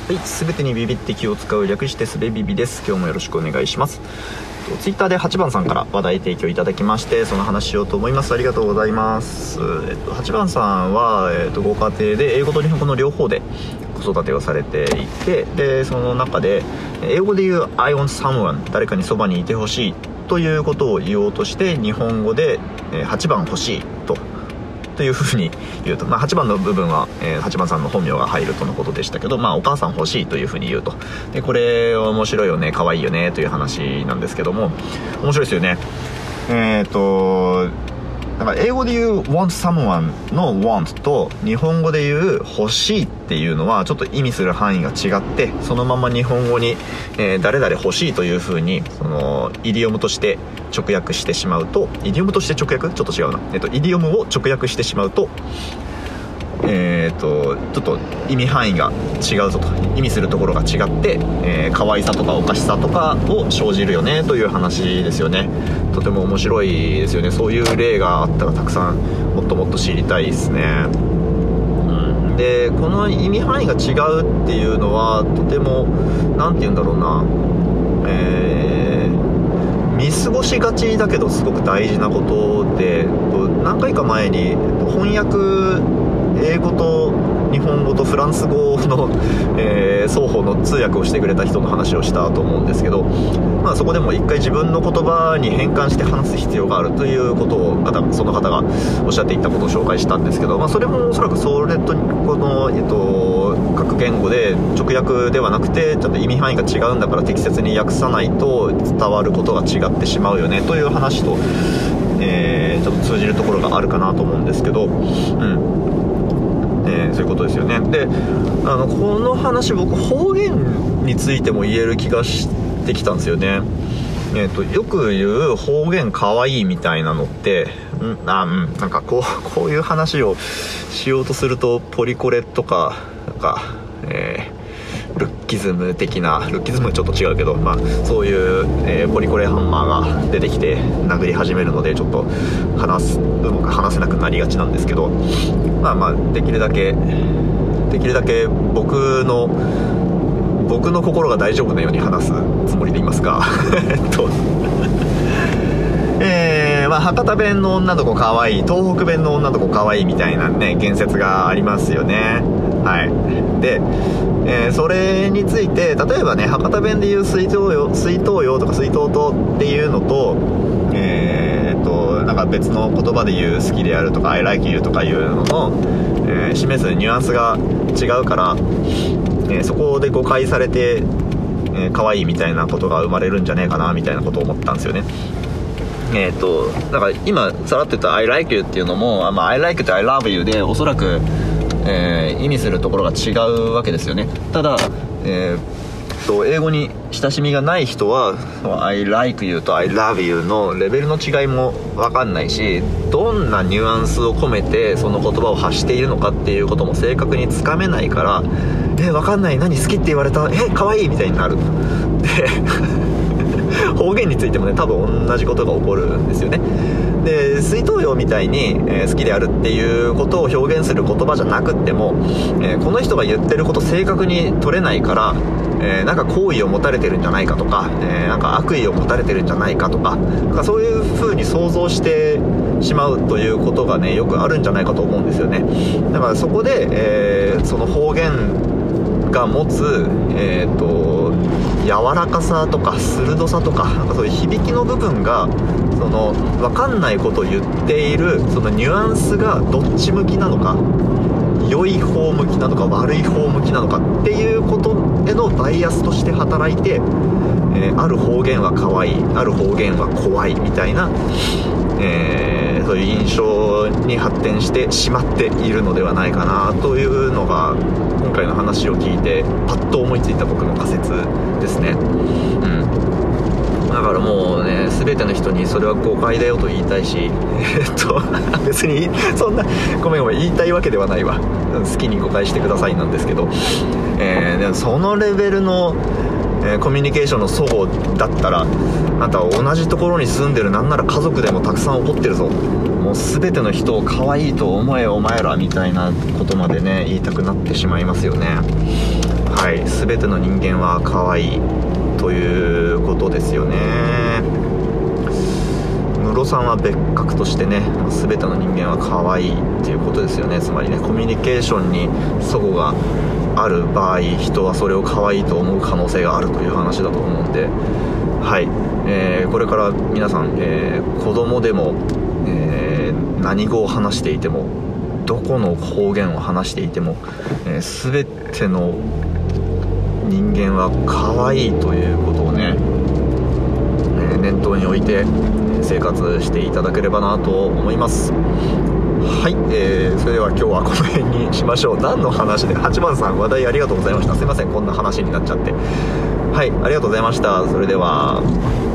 はい、すべてにビビって気を使う、略してすべビビです。今日もよろしくお願いします。ツイッターで8番さんから話題提供いただきまして、その話しようと思います。ありがとうございます。8番さんは、ご家庭で英語と日本語の両方で子育てをされていて、でその中で英語で言う I want someone、 誰かにそばにいてほしいということを言おうとして、日本語で8番欲しいというふうに言うと、8番の部分は、8番さんの本名が入るとのことでしたけど、お母さん欲しいというふうに言うと。でこれ面白いよね、可愛いよねという話なんですけども、面白いですよね。だから英語で言う want someone の want と日本語で言う欲しいっていうのはちょっと意味する範囲が違って、そのまま日本語に、誰々欲しいというふうにそのイディオムとして直訳してしまうと、イディオムとして直訳ちょっと違うな、イディオムを直訳してしまうと、ちょっと意味範囲が違うぞと、意味するところが違って、可愛さとかおかしさとかを生じるよねという話ですよね。とても面白いですよね。そういう例があったらたくさんもっともっと知りたいですね。でこの意味範囲が違うっていうのはとてもなんて言うんだろうな、見過ごしがちだけどすごく大事なことで、何回か前に翻訳英語と日本語とフランス語の、双方の通訳をしてくれた人の話をしたと思うんですけど、そこでも一回自分の言葉に変換して話す必要があるということをその方がおっしゃっていたことを紹介したんですけど、それもおそらくそれとこの、各言語で直訳ではなくてちょっと意味範囲が違うんだから適切に訳さないと伝わることが違ってしまうよねという話と、ちょっと通じるところがあるかなと思うんですけど、そういうことですよね。でこの話僕方言についても言える気がしてきたんですよね。よく言う方言かわいいみたいなのってなんかこういう話をしようとするとポリコレとかルッキズム的な、ルッキズムはちょっと違うけど、そういう、ポリコレハンマーが出てきて殴り始めるのでちょっと話せなくなりがちなんですけど、できるだけ僕の心が大丈夫なように話すつもりでいますが博多弁の女の子かわいい、東北弁の女の子かわいいみたいなね言説がありますよね。はい。で、それについて例えばね、博多弁で言う水筒よとか水筒とっていうのと、なんか別の言葉で言う好きであるとか I like you とかいうのの、示すニュアンスが違うから、そこで誤解されて可愛いみたいなことが生まれるんじゃねえかなみたいなことを思ったんですよね。だから今さらっと言った I like you っていうのも、I like you と I love you でおそらく、意味するところが違うわけですよね。ただ、英語に親しみがない人は I like you と I love you のレベルの違いも分かんないし、どんなニュアンスを込めてその言葉を発しているのかっていうことも正確につかめないから、分かんない、何好きって言われた、可愛いみたいになる。で方言についてもね多分同じことが起こるんですよね。で水筒用みたいに、好きであるっていうことを表現する言葉じゃなくっても、この人が言ってること正確に取れないから、なんか好意を持たれてるんじゃないかとか、なんか悪意を持たれてるんじゃないかとか、そういう風に想像してしまうということがねよくあるんじゃないかと思うんですよね。だからそこで、その方言が持つ、柔らかさとか鋭さとか、そういう響きの部分がその分かんないことを言っているそのニュアンスがどっち向きなのか、良い方向きなのか悪い方向きなのかっていうことへのバイアスとして働いて、ある方言は可愛い、ある方言は怖いみたいな、そういう印象に発展してしまっているのではないかなというのが今回の話を聞いてパッと思いついた僕の仮説ですね。だからもうね、全ての人にそれは誤解だよと言いたいし、別にそんなごめん言いたいわけではないわ、好きに誤解してくださいなんですけど、でそのレベルの、コミュニケーションの齟齬だったら、あんたは同じところに住んでる、なんなら家族でもたくさん起こってるぞ、もう全ての人を可愛いと思えお前らみたいなことまでね言いたくなってしまいますよね。 はい、全ての人間は可愛いということですよね。室さんは別格としてね、全ての人間は可愛いっていうことですよね。つまりね、コミュニケーションに齟齬がある場合、人はそれを可愛いと思う可能性があるという話だと思うんで、はい、これから皆さん、子供でも、何語を話していても、どこの方言を話していても、全ての人間は可愛いということをね、念頭に置いて生活していただければなと思います。はい、それでは今日はこの辺にしましょう。何の話で、8番さん話題ありがとうございました。すいません、こんな話になっちゃって。はい、ありがとうございました。それでは。